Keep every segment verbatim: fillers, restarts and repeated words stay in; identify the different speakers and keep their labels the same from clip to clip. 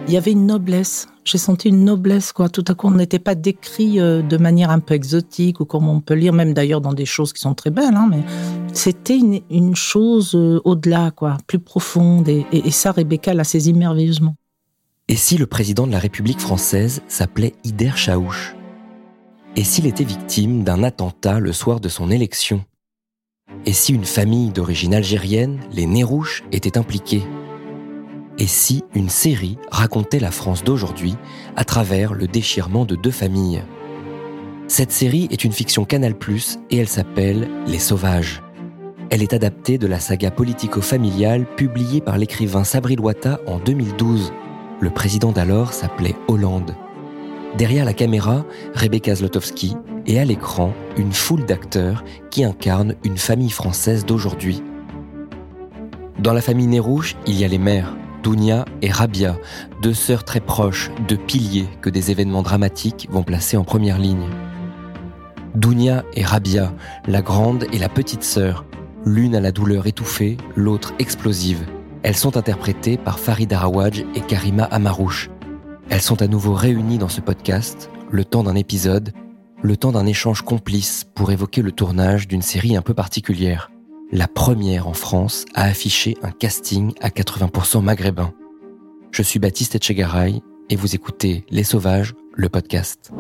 Speaker 1: Il y avait une noblesse. J'ai senti une noblesse, quoi. Tout à coup, on n'était pas décrit euh, de manière un peu exotique ou comme on peut lire, même d'ailleurs dans des choses qui sont très belles, hein, mais c'était une, une chose euh, au-delà, quoi, plus profonde. Et, et, et ça, Rebecca l'a saisi merveilleusement.
Speaker 2: Et si le président de la République française s'appelait Ider Chaouch ? Et s'il était victime d'un attentat le soir de son élection ? Et si une famille d'origine algérienne, les Nérouches, était impliquée ? Et si une série racontait la France d'aujourd'hui à travers le déchirement de deux familles ? Cette série est une fiction Canal plus, et elle s'appelle Les Sauvages. Elle est adaptée de la saga politico-familiale publiée par l'écrivain Sabri Louata en deux mille douze. Le président d'alors s'appelait Hollande. Derrière la caméra, Rebecca Zlotowski, et à l'écran, une foule d'acteurs qui incarnent une famille française d'aujourd'hui. Dans la famille Nérouche, il y a les mères, Dounia et Rabia, deux sœurs très proches, deux piliers que des événements dramatiques vont placer en première ligne. Dounia et Rabia, la grande et la petite sœur, l'une à la douleur étouffée, l'autre explosive. Elles sont interprétées par Farida Rawaj et Karima Amarouche. Elles sont à nouveau réunies dans ce podcast, le temps d'un épisode, le temps d'un échange complice pour évoquer le tournage d'une série un peu particulière. La première en France à afficher un casting à quatre-vingts pour cent maghrébin. Je suis Baptiste Etchegaray et vous écoutez Les Sauvages, le podcast.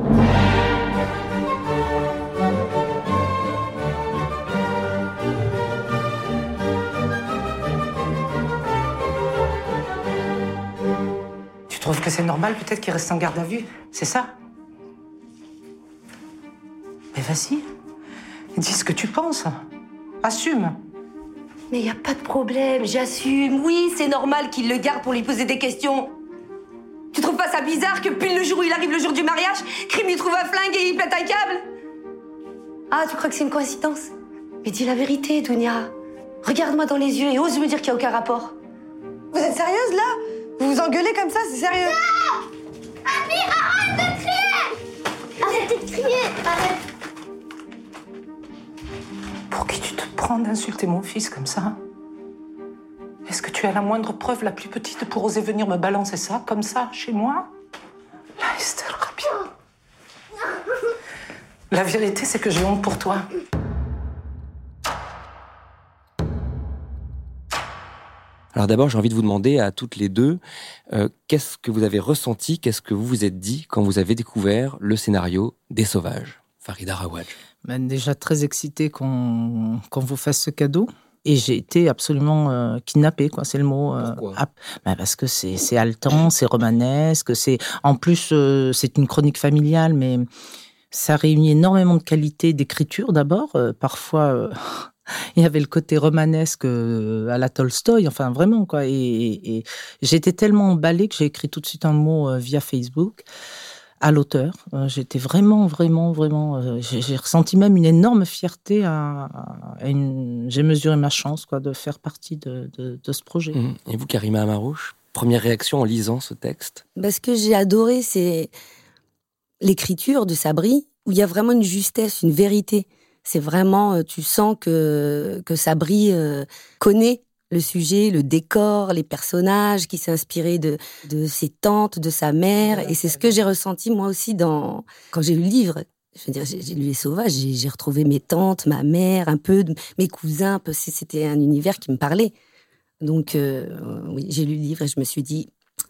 Speaker 3: Tu trouves que c'est normal peut-être qu'il reste en garde à vue ? C'est ça ? Mais vas-y, dis ce que tu penses. Assume.
Speaker 4: Mais y a pas de problème, j'assume. Oui, c'est normal qu'il le garde pour lui poser des questions. Tu trouves pas ça bizarre que pile le jour où il arrive le jour du mariage, Crime lui trouve un flingue et il pète un câble ? Ah, tu crois que c'est une coïncidence ? Mais dis la vérité, Dounia. Regarde-moi dans les yeux et ose me dire qu'il y a aucun rapport.
Speaker 5: Vous êtes sérieuse, là ? Vous vous engueulez comme ça, c'est sérieux ?
Speaker 6: Non ! Ami, arrête de crier ! Arrêtez de crier ! Arrête !
Speaker 3: Pour qui tu te prends d'insulter mon fils comme ça ? Est-ce que tu as la moindre preuve, la plus petite, pour oser venir me balancer ça, comme ça, chez moi ? La Esther Rabia. La vérité, c'est que j'ai honte pour toi.
Speaker 2: Alors d'abord, j'ai envie de vous demander à toutes les deux, euh, qu'est-ce que vous avez ressenti, qu'est-ce que vous vous êtes dit quand vous avez découvert le scénario des Sauvages ? Farida Rawaj.
Speaker 1: Ben déjà très excitée qu'on, qu'on vous fasse ce cadeau. Et j'ai été absolument euh, kidnappée, quoi, c'est le mot. Euh,
Speaker 2: Pourquoi ?
Speaker 1: ap- ben parce que c'est, c'est haletant, c'est romanesque, c'est... En plus, euh, c'est une chronique familiale, mais ça réunit énormément de qualités d'écriture, d'abord. Euh, parfois, euh, il y avait le côté romanesque euh, à la Tolstoï, enfin, vraiment, quoi. Et, et, et j'étais tellement emballée que j'ai écrit tout de suite un mot euh, via Facebook à l'auteur. Euh, j'étais vraiment, vraiment, vraiment... Euh, j'ai, j'ai ressenti même une énorme fierté à, à une... J'ai mesuré ma chance, quoi, de faire partie de, de, de ce projet.
Speaker 2: Mmh. Et vous, Karima Amarouche, première réaction en lisant ce texte ?
Speaker 4: Bah, ce que j'ai adoré, c'est l'écriture de Sabri, où il y a vraiment une justesse, une vérité. C'est vraiment... Tu sens que, que Sabri euh, connaît le sujet, le décor, les personnages, qui s'est inspiré de, de ses tantes, de sa mère. Et c'est ce que j'ai ressenti, moi aussi, dans... quand j'ai lu le livre. Je veux dire, j'ai, j'ai lu Les Sauvages, j'ai, j'ai retrouvé mes tantes, ma mère, un peu, mes cousins. Un peu, c'était un univers qui me parlait. Donc, euh, oui, j'ai lu le livre et je me suis dit,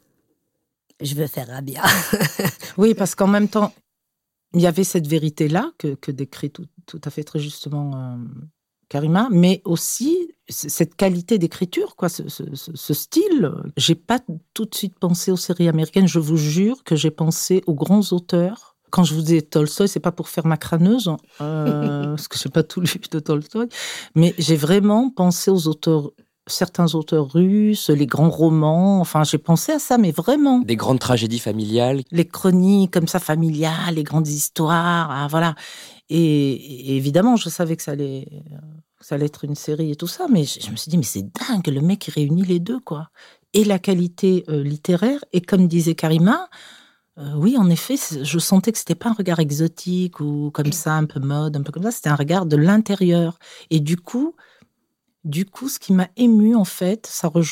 Speaker 4: je veux faire Rabia.
Speaker 1: Oui, parce qu'en même temps, il y avait cette vérité-là que, que décrit tout, tout à fait très justement euh, Karima, mais aussi cette qualité d'écriture, quoi, ce, ce, ce style. J'ai pas tout de suite pensé aux séries américaines. Je vous jure que j'ai pensé aux grands auteurs. Quand je vous dis Tolstoï, c'est pas pour faire ma crâneuse, euh, parce que j'ai pas tout lu de Tolstoï, mais j'ai vraiment pensé aux auteurs, certains auteurs russes, les grands romans. Enfin, j'ai pensé à ça, mais vraiment.
Speaker 2: Des grandes tragédies familiales.
Speaker 1: Les chroniques comme ça familiales, les grandes histoires, ah, voilà. Et, et évidemment, je savais que ça allait, que ça allait être une série et tout ça, mais je, je me suis dit, mais c'est dingue, le mec il réunit les deux, quoi. Et la qualité euh, littéraire, et comme disait Karima, euh, oui, en effet, je sentais que c'était pas un regard exotique ou comme ça, un peu mode, un peu comme ça, c'était un regard de l'intérieur. Et du coup, du coup, ce qui m'a émue, en fait, ça rejoint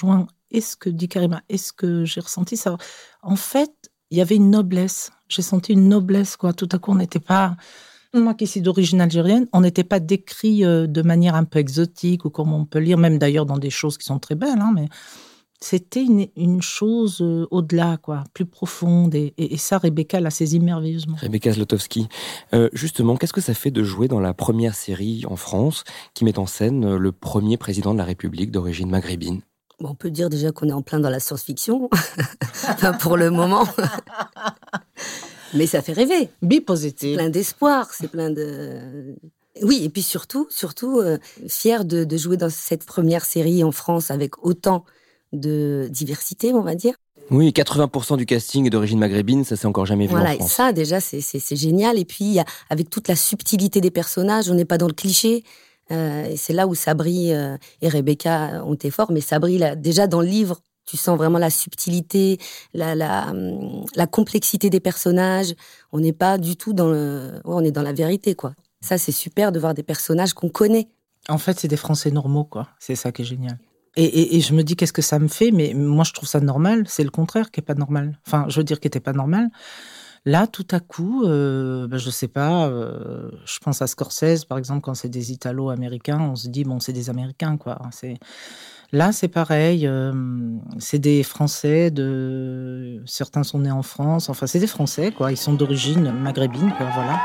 Speaker 1: et ce que dit Karima et ce que j'ai ressenti, ça, en fait, il y avait une noblesse. J'ai senti une noblesse, quoi. Tout à coup, on n'était pas... Moi qui suis d'origine algérienne, on n'était pas décrit euh, de manière un peu exotique, ou comme on peut lire, même d'ailleurs dans des choses qui sont très belles, hein, mais c'était une, une chose euh, au-delà, quoi, plus profonde. Et, et, et ça, Rebecca l'a saisi merveilleusement.
Speaker 2: Rebecca Zlotowski, euh, justement, qu'est-ce que ça fait de jouer dans la première série en France qui met en scène le premier président de la République d'origine maghrébine ?
Speaker 4: Bon, on peut dire déjà qu'on est en plein dans la science-fiction, enfin, pour le moment. Mais ça fait rêver.
Speaker 1: Bi-positif.
Speaker 4: C'est plein d'espoir, c'est plein de... Oui, et puis surtout, surtout euh, fière de, de jouer dans cette première série en France avec autant de diversité, on va dire.
Speaker 2: Oui, quatre-vingts pour cent du casting est d'origine maghrébine, ça s'est encore jamais vu
Speaker 4: voilà,
Speaker 2: en France.
Speaker 4: Ça déjà, c'est, c'est, c'est génial. Et puis, y a, avec toute la subtilité des personnages, on n'est pas dans le cliché. Euh, et c'est là où Sabri euh, et Rebecca ont été forts. Mais Sabri, là, déjà dans le livre, tu sens vraiment la subtilité, la, la, la complexité des personnages. On n'est pas du tout dans le... Ouais, on est dans la vérité, quoi. Ça, c'est super de voir des personnages qu'on connaît.
Speaker 1: En fait, c'est des Français normaux, quoi. C'est ça qui est génial. Et, et, et je me dis, qu'est-ce que ça me fait ? Mais moi, je trouve ça normal. C'est le contraire qui n'est pas normal. Enfin, je veux dire, qui n'était pas normal. Là, tout à coup, euh, ben, je ne sais pas, euh, je pense à Scorsese, par exemple, quand c'est des Italo-Américains, on se dit, bon, c'est des Américains, quoi. C'est... Là, c'est pareil, euh, c'est des Français, de... certains sont nés en France, enfin, c'est des Français, quoi. Ils sont d'origine maghrébine, quoi, voilà.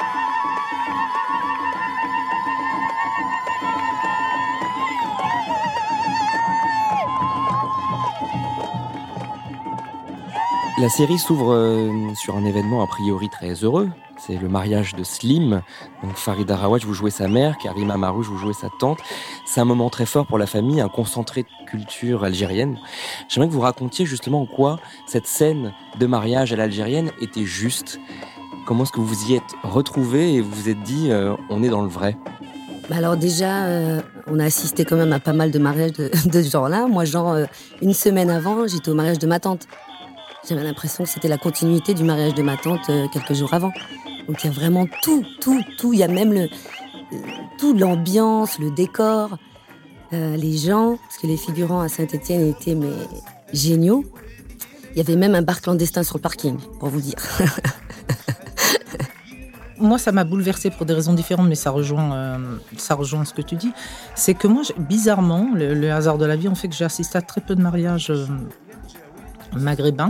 Speaker 2: La série s'ouvre euh, sur un événement a priori très heureux. C'est le mariage de Slim. Donc Farida Rawaj, vous jouez sa mère, Karima Marouche, vous jouez sa tante. C'est un moment très fort pour la famille, un concentré de culture algérienne. J'aimerais que vous racontiez justement en quoi cette scène de mariage à l'algérienne était juste. Comment est-ce que vous vous y êtes retrouvés et vous vous êtes dit euh, on est dans le vrai ?
Speaker 4: Bah alors déjà, euh, on a assisté quand même à pas mal de mariages de, de ce genre-là. Moi, genre, euh, une semaine avant, j'étais au mariage de ma tante. J'avais l'impression que c'était la continuité du mariage de ma tante euh, quelques jours avant. Donc il y a vraiment tout, tout, tout. Il y a même le, euh, tout l'ambiance, le décor, euh, les gens, parce que les figurants à Saint-Étienne étaient mais géniaux. Il y avait même un bar clandestin sur le parking, pour vous dire.
Speaker 1: Moi, ça m'a bouleversée pour des raisons différentes, mais ça rejoint, euh, ça rejoint ce que tu dis. C'est que moi, bizarrement, le, le hasard de la vie, on fait que j'ai assisté à très peu de mariages euh, maghrébins.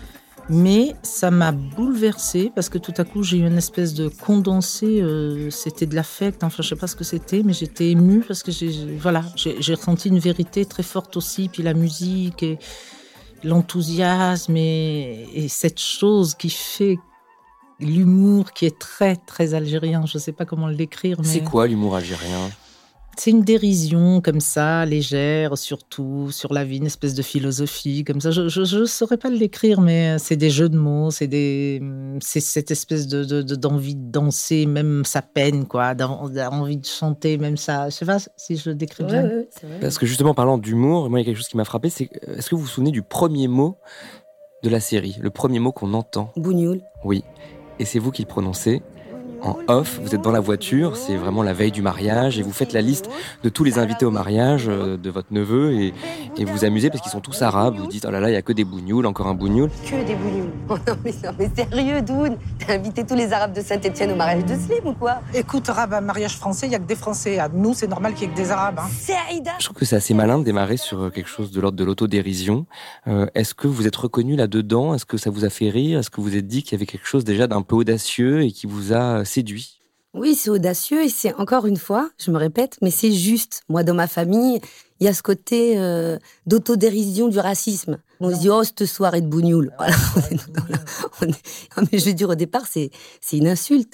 Speaker 1: Mais ça m'a bouleversée parce que tout à coup, j'ai eu une espèce de condensé. Euh, c'était de l'affect, enfin, je sais pas ce que c'était, mais j'étais émue parce que j'ai, voilà, j'ai, j'ai ressenti une vérité très forte aussi. Puis la musique et l'enthousiasme et, et cette chose qui fait l'humour qui est très, très algérien. Je sais pas comment le décrire. Mais...
Speaker 2: C'est quoi l'humour algérien ?
Speaker 1: C'est une dérision comme ça, légère, surtout sur la vie, une espèce de philosophie comme ça. Je ne saurais pas le décrire, mais c'est des jeux de mots, c'est, des, c'est cette espèce de, de, de, d'envie de danser, même sa peine, quoi, d'envie de chanter, même ça. Je ne sais pas si je le décris bien.
Speaker 4: Ouais, ouais, c'est vrai.
Speaker 2: Parce que justement, parlant d'humour, moi, il y a quelque chose qui m'a frappé, c'est est-ce que vous vous souvenez du premier mot de la série, le premier mot qu'on entend ?
Speaker 4: Bougnoul.
Speaker 2: Oui, et c'est vous qui le prononcez. En off, vous êtes dans la voiture, c'est vraiment la veille du mariage et vous faites la liste de tous les invités au mariage euh, de votre neveu et, et vous vous amusez parce qu'ils sont tous arabes. Vous dites oh là là, il y a que des bougnoules, encore un bougnoul.
Speaker 5: Que des bougnoules.
Speaker 4: Oh non, mais, non, mais sérieux, Doun, t'as invité tous les Arabes de Saint-Étienne au mariage de Slim ou quoi ?
Speaker 3: Écoute, arabe, un mariage français, il n'y a que des Français. À nous, c'est normal qu'il y ait que des Arabes. Hein.
Speaker 5: C'est Aïda.
Speaker 2: Je trouve que c'est assez malin de démarrer sur quelque chose de l'ordre de l'autodérision. Euh, est-ce que vous êtes reconnu là-dedans ? Est-ce que ça vous a fait rire ? Est-ce que vous vous êtes dit qu'il y avait quelque chose déjà d'un peu audacieux et qui vous a séduit ?
Speaker 4: Oui, c'est audacieux et c'est encore une fois, je me répète, mais c'est juste. Moi, dans ma famille, il y a ce côté euh, d'autodérision du racisme. On se dit, oh, cette soirée de bougnoule. Voilà, on est dans la- on est- non, mais je veux dire, au départ, c'est, c'est une insulte.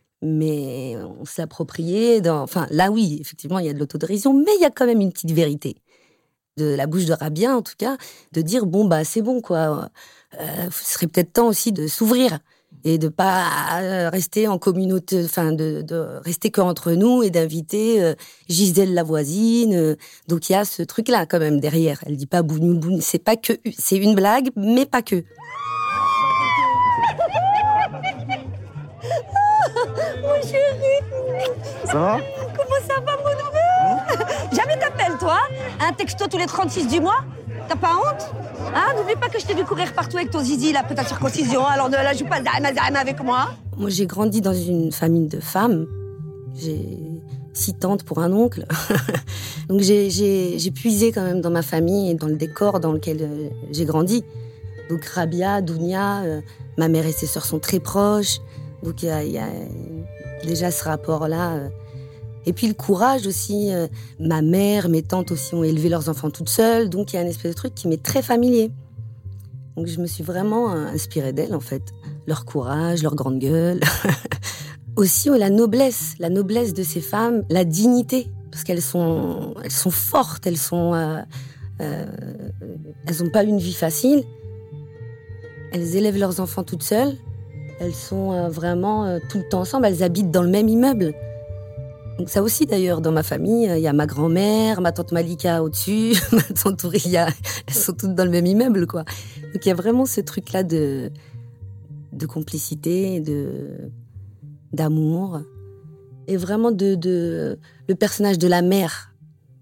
Speaker 4: Mais on s'est approprié. Dans... Enfin, là, oui, effectivement, il y a de l'autodérision, mais il y a quand même une petite vérité. De la bouche de Rabia, en tout cas, de dire, bon, bah, c'est bon, quoi. Euh, ce serait peut-être temps aussi de s'ouvrir. Et de pas euh, rester en communauté, enfin de, de rester qu'entre nous et d'inviter euh, Gisèle la voisine. Euh, donc il y a ce truc-là quand même derrière. Elle dit pas bougnoul bougnoul, c'est pas que, c'est une blague, mais pas que.
Speaker 5: Mon chéri.
Speaker 2: Ça va ?
Speaker 5: Comment ça va, mon neveu? Jamais t'appelles, toi? Un texto tous les trente-six du mois? T'as pas honte? Hein? N'oublie pas que je t'ai vu courir partout avec ton zizi, là, après ta circoncision. Alors ne la joue pas Zahama Zahama avec moi.
Speaker 4: Moi, j'ai grandi dans une famille de femmes. J'ai six tantes pour un oncle. Donc j'ai, j'ai, j'ai puisé quand même dans ma famille et dans le décor dans lequel euh, j'ai grandi. Donc Rabia, Dounia, euh, ma mère et ses sœurs sont très proches. Donc il y a, y a déjà ce rapport-là. Euh. Et puis le courage aussi. Euh, ma mère, mes tantes aussi ont élevé leurs enfants toutes seules. Donc il y a un espèce de truc qui m'est très familier. Donc je me suis vraiment euh, inspirée d'elles en fait. Leur courage, leur grande gueule. Aussi, la noblesse, la noblesse de ces femmes, la dignité, parce qu'elles sont, elles sont fortes, elles sont, euh, euh, elles n'ont pas une vie facile. Elles élèvent leurs enfants toutes seules. Elles sont euh, vraiment euh, tout le temps ensemble. Elles habitent dans le même immeuble. Donc ça aussi, d'ailleurs, dans ma famille, il euh, y a ma grand-mère, ma tante Malika au-dessus, ma tante Ouria. Elles sont toutes dans le même immeuble, quoi. Donc il y a vraiment ce truc-là de, de complicité, de d'amour, et vraiment de, de le personnage de la mère,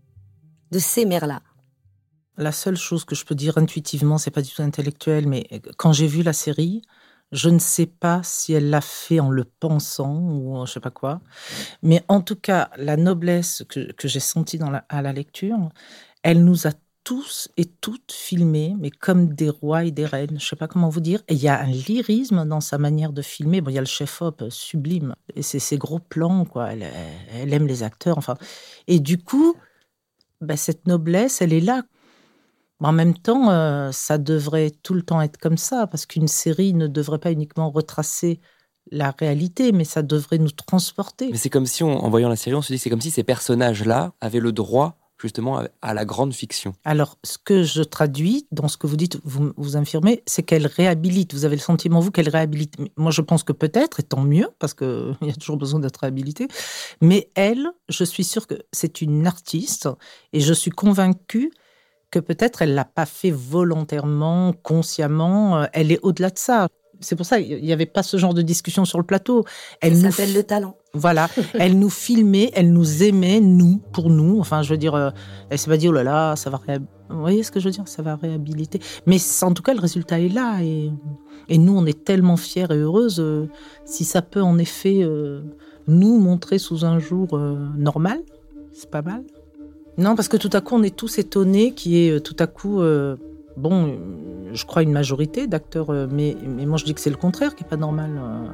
Speaker 4: de ces mères-là.
Speaker 1: La seule chose que je peux dire intuitivement, c'est pas du tout intellectuel, mais quand j'ai vu la série, je ne sais pas si elle l'a fait en le pensant ou je sais pas quoi, mais en tout cas, la noblesse que, que j'ai sentie dans la, à la lecture, elle nous a tous et toutes filmés, mais comme des rois et des reines, je sais pas comment vous dire. Et il y a un lyrisme dans sa manière de filmer. Bon, il y a le chef-op sublime, et c'est ces gros plans, quoi. Elle, elle aime les acteurs, enfin. Et du coup, ben, cette noblesse, elle est là. Mais en même temps, euh, ça devrait tout le temps être comme ça, parce qu'une série ne devrait pas uniquement retracer la réalité, mais ça devrait nous transporter.
Speaker 2: Mais c'est comme si, on, en voyant la série, on se dit c'est comme si ces personnages-là avaient le droit justement à la grande fiction.
Speaker 1: Alors, ce que je traduis dans ce que vous dites, vous vous infirmez, c'est qu'elle réhabilite. Vous avez le sentiment, vous, qu'elle réhabilite. Moi, je pense que peut-être, et tant mieux, parce qu'il y a toujours besoin d'être réhabilité. Mais elle, je suis sûre que c'est une artiste, et je suis convaincue que peut-être elle ne l'a pas fait volontairement, consciemment. Elle est au-delà de ça. C'est pour ça qu'il n'y avait pas ce genre de discussion sur le plateau.
Speaker 4: Elle ça s'appelle f... le talent.
Speaker 1: Voilà. Elle nous filmait, elle nous aimait, nous, pour nous. Enfin, je veux dire, euh, elle s'est pas dit, oh là là, ça va réhab... Vous voyez ce que je veux dire? Ça va réhabiliter. Mais en tout cas, le résultat est là. Et, et nous, on est tellement fiers et heureuses. Euh, si ça peut, en effet, euh, nous montrer sous un jour euh, normal, c'est pas mal. Non, parce que tout à coup, on est tous étonnés qu'il y ait tout à coup... Euh, Bon, je crois une majorité d'acteurs, mais, mais moi je dis que c'est le contraire qui n'est pas normal.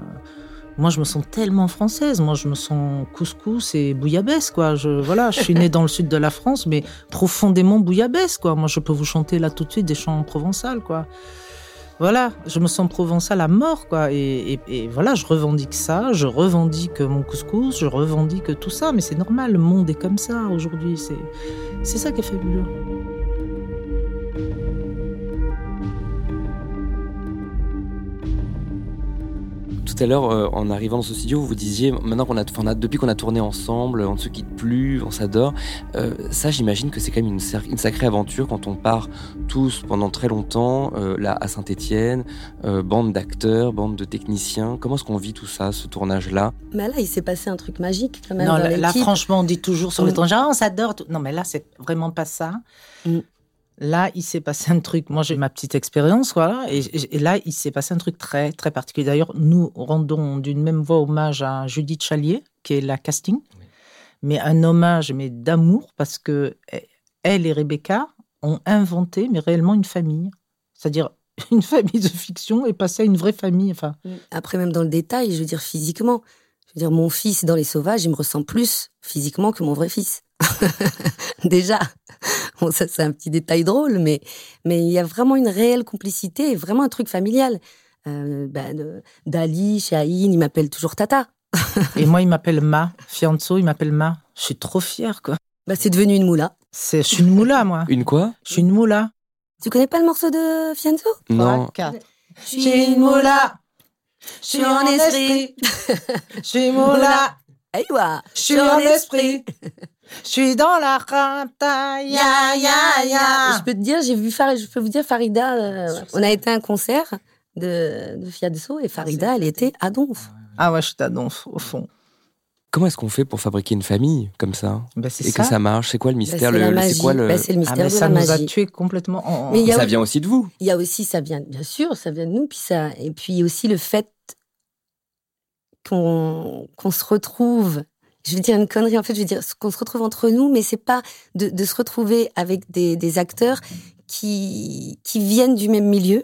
Speaker 1: Moi je me sens tellement française, moi je me sens couscous et bouillabaisse, quoi. Je, voilà, je suis née dans le sud de la France, mais profondément bouillabaisse, quoi. Moi je peux vous chanter là tout de suite des chants provençals, quoi. Voilà, je me sens provençale à mort, quoi. Et, et, et voilà, je revendique ça, je revendique mon couscous, je revendique tout ça, mais c'est normal, le monde est comme ça aujourd'hui, c'est, c'est ça qui est fabuleux.
Speaker 2: Tout à l'heure, euh, en arrivant dans ce studio, vous vous disiez, maintenant qu'on a, enfin, depuis qu'on a tourné ensemble, on ne se quitte plus, on s'adore. Euh, ça, j'imagine que c'est quand même une, une sacrée aventure quand on part tous pendant très longtemps, euh, là à Saint-Étienne, euh, bande d'acteurs, bande de techniciens. Comment est-ce qu'on vit tout ça, ce tournage-là?
Speaker 4: Mais là, il s'est passé un truc magique quand même.
Speaker 1: Non,
Speaker 4: dans
Speaker 1: là,
Speaker 4: l'équipe.
Speaker 1: là, franchement, on dit toujours sur
Speaker 4: mmh.
Speaker 1: les étrangers, ah, on s'adore. Tout. Non, mais là, c'est vraiment pas ça.
Speaker 4: Mmh.
Speaker 1: Là, il s'est passé un truc. Moi, j'ai ma petite expérience, voilà. Et, et là, il s'est passé un truc très, très particulier. D'ailleurs, nous rendons d'une même voix hommage à Judith Chalier, qui est la casting. Oui. Mais un hommage, mais d'amour, parce que elle et Rebecca ont inventé, mais réellement, une famille. C'est-à-dire une famille de fiction et passé à une vraie famille. Enfin.
Speaker 4: Après, même dans le détail, je veux dire physiquement. Je veux dire, mon fils dans Les Sauvages, il me ressemble plus physiquement que mon vrai fils. Déjà. Bon, ça, c'est un petit détail drôle, mais mais il y a vraiment une réelle complicité et vraiment un truc familial. Euh, bah, de, Dali, Chahine, il m'appelle toujours Tata.
Speaker 1: Et moi, il m'appelle Ma. Fianzo, il m'appelle Ma. Je suis trop fière, quoi.
Speaker 4: Bah, c'est devenu une moula.
Speaker 1: C'est, je suis une moula, moi.
Speaker 2: Une quoi?
Speaker 1: Je suis une moula.
Speaker 4: Tu connais pas le morceau de Fianzo?
Speaker 2: Non.
Speaker 1: Je suis une moula. Je suis en esprit. Je suis moula.
Speaker 4: Aïwa.
Speaker 1: Je suis en esprit. Je suis dans la rata, ya ya ya.
Speaker 4: Je peux te dire, j'ai vu Farid, je peux vous dire Farida. Euh, on a été à un concert de de Fianzo et Farida, elle était à Donf.
Speaker 1: Ah ouais, je suis à Donf au fond.
Speaker 2: Comment est-ce qu'on fait pour fabriquer une famille comme ça
Speaker 1: ben, c'est
Speaker 2: et
Speaker 1: ça.
Speaker 2: que ça marche? C'est quoi le mystère?
Speaker 4: Bah, c'est,
Speaker 2: le,
Speaker 4: la
Speaker 2: c'est quoi le
Speaker 4: bah, c'est le mystère
Speaker 1: Ah, mais
Speaker 4: de
Speaker 1: ça
Speaker 4: la
Speaker 1: nous a
Speaker 4: magie.
Speaker 1: tués complètement. En...
Speaker 4: Mais il y a
Speaker 2: Ça
Speaker 4: aussi-
Speaker 2: vient aussi de vous.
Speaker 4: Il y a aussi, ça vient, bien sûr, ça vient de nous, puis ça, et puis aussi le fait qu'on, qu'on se retrouve. Je vais dire une connerie, en fait, je vais dire qu'on se retrouve entre nous, mais c'est pas de, de se retrouver avec des, des acteurs qui, qui viennent du même milieu,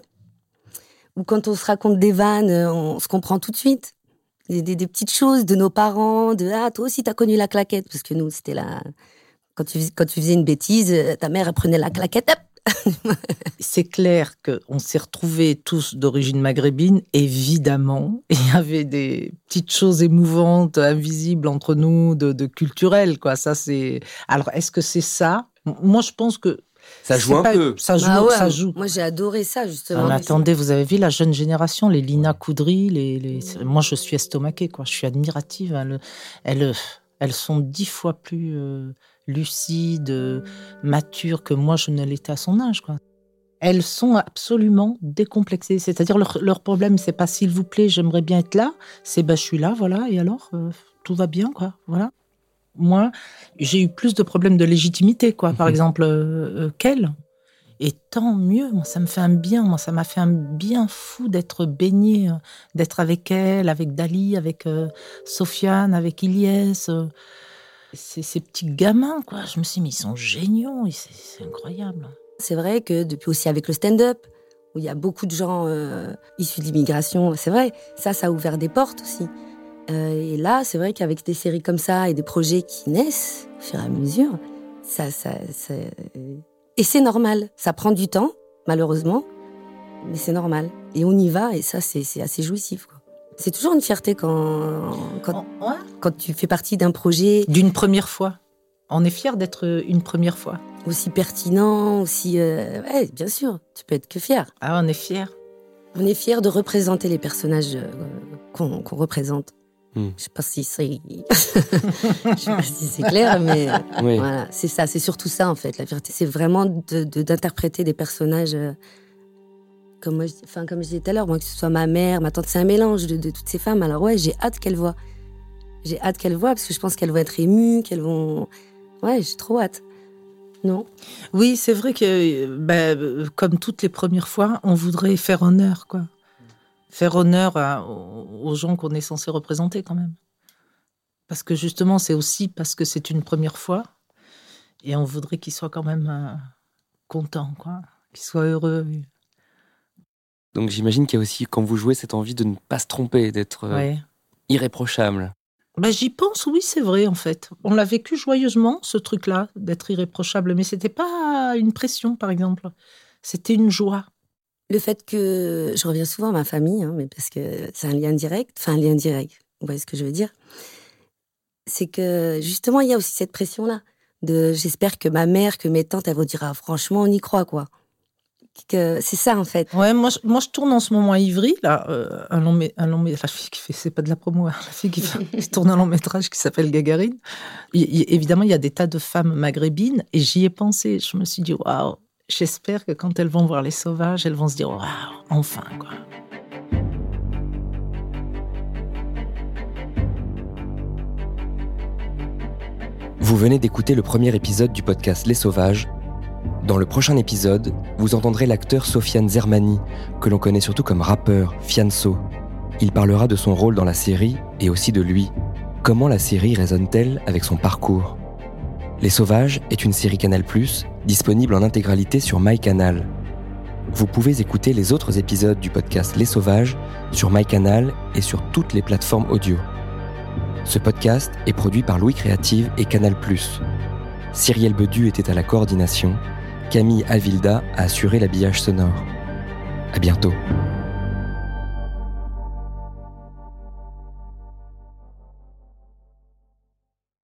Speaker 4: où quand on se raconte des vannes, on se comprend tout de suite. Des, des, des petites choses de nos parents, de ah, toi aussi t'as connu la claquette, parce que nous, c'était la. Quand tu, quand tu faisais une bêtise, ta mère, elle prenait la claquette, hop.
Speaker 1: C'est clair qu'on s'est retrouvés tous d'origine maghrébine, évidemment. Il y avait des petites choses émouvantes, invisibles entre nous, de, de culturel, quoi. Ça, c'est. Alors, est-ce que c'est ça? Moi, je pense que.
Speaker 2: Ça joue un
Speaker 1: pas...
Speaker 2: peu.
Speaker 1: Ça joue,
Speaker 4: Ah ouais,
Speaker 1: ça joue.
Speaker 4: Moi, j'ai adoré ça, justement.
Speaker 1: Ah, attendez, vous avez vu la jeune génération, les Lina Koudry, les, les... moi je suis estomaquée, quoi. Je suis admirative. Elles, elles, elles sont dix fois plus euh, lucides, euh, matures que moi je ne l'étais à son âge, quoi. Elles sont absolument décomplexées. C'est-à-dire leur, leur problème, c'est pas s'il vous plaît, j'aimerais bien être là. C'est bah je suis là, voilà. Et alors, euh, tout va bien, quoi. Voilà. Moi, j'ai eu plus de problèmes de légitimité, quoi. Par exemple, euh, euh, qu'elle. Et tant mieux, moi, ça me fait un bien, moi, ça m'a fait un bien fou d'être baignée, euh, d'être avec elle, avec Dali, avec euh, Sofiane, avec Ilyes. Euh, c'est ces petits gamins, quoi. Je me suis dit, mais ils sont géniaux, c'est, c'est incroyable.
Speaker 4: C'est vrai que depuis aussi avec le stand-up, où il y a beaucoup de gens euh, issus de l'immigration, c'est vrai, ça, ça a ouvert des portes aussi. Euh, et là, c'est vrai qu'avec des séries comme ça et des projets qui naissent au fur et à mesure, ça, ça, ça... Et c'est normal. Ça prend du temps, malheureusement, mais c'est normal. Et on y va, et ça, c'est, c'est assez jouissif, quoi. C'est toujours une fierté quand, quand,
Speaker 1: Oh, ouais.
Speaker 4: quand tu fais partie d'un projet
Speaker 1: D'une première fois. On est fiers d'être une première fois.
Speaker 4: aussi pertinent, aussi... Euh... Ouais, bien sûr, tu peux être que fier.
Speaker 1: Ah, on est fiers.
Speaker 4: On est fiers de représenter les personnages euh, qu'on, qu'on représente.
Speaker 2: Hmm.
Speaker 4: Je sais pas si c'est, je sais pas si c'est clair, mais
Speaker 2: Oui.
Speaker 4: voilà, c'est ça, c'est surtout ça en fait. La vérité, c'est vraiment de, de, d'interpréter des personnages euh, comme moi, je, enfin comme je disais tout à l'heure, moi que ce soit ma mère, ma tante, c'est un mélange de, de toutes ces femmes. Alors ouais, j'ai hâte qu'elles voient, j'ai hâte qu'elles voient parce que je pense qu'elles vont être émues, qu'elles vont, ouais, j'ai trop hâte. Non.
Speaker 1: Oui, c'est vrai que, ben, comme toutes les premières fois, on voudrait faire honneur, quoi. Faire honneur à, aux gens qu'on est censé représenter, quand même. Parce que justement, c'est aussi parce que c'est une première fois, et on voudrait qu'ils soient quand même euh, contents, quoi. Qu'ils soient heureux.
Speaker 2: Donc j'imagine qu'il y a aussi, quand vous jouez, cette envie de ne pas se tromper, d'être euh,
Speaker 1: Ouais.
Speaker 2: irréprochable.
Speaker 1: Ben, j'y pense, oui, c'est vrai, en fait. On l'a vécu joyeusement, ce truc-là, d'être irréprochable, mais c'était pas une pression, par exemple. C'était une joie.
Speaker 4: Le fait que je reviens souvent à ma famille, hein, mais parce que c'est un lien direct, enfin un lien direct, vous voyez ce que je veux dire, c'est que justement il y a aussi cette pression-là. De, j'espère que ma mère, que mes tantes, elles vont dire ah, franchement on y croit quoi. Que c'est ça en fait.
Speaker 1: Ouais, moi, je, moi je tourne en ce moment à Ivry, là, euh, un long, un long, la fille qui fait, c'est pas de la promo, hein, la fille qui, fait, qui tourne un long métrage qui s'appelle Gagarine. Il, il, évidemment, il y a des tas de femmes maghrébines, et j'y ai pensé. Je me suis dit waouh. J'espère que quand elles vont voir Les Sauvages, elles vont se dire « Waouh, enfin, quoi !»
Speaker 2: Vous venez d'écouter le premier épisode du podcast Les Sauvages. Dans le prochain épisode, vous entendrez l'acteur Sofiane Zermani, que l'on connaît surtout comme rappeur, Fianso. Il parlera de son rôle dans la série et aussi de lui. Comment la série résonne-t-elle avec son parcours ? Les Sauvages est une série Canal plus, disponible en intégralité sur MyCanal. Vous pouvez écouter les autres épisodes du podcast Les Sauvages sur MyCanal et sur toutes les plateformes audio. Ce podcast est produit par Louis Créative et Canal plus. Cyrielle Bedu était à la coordination, Camille Alvilda a assuré l'habillage sonore. À bientôt.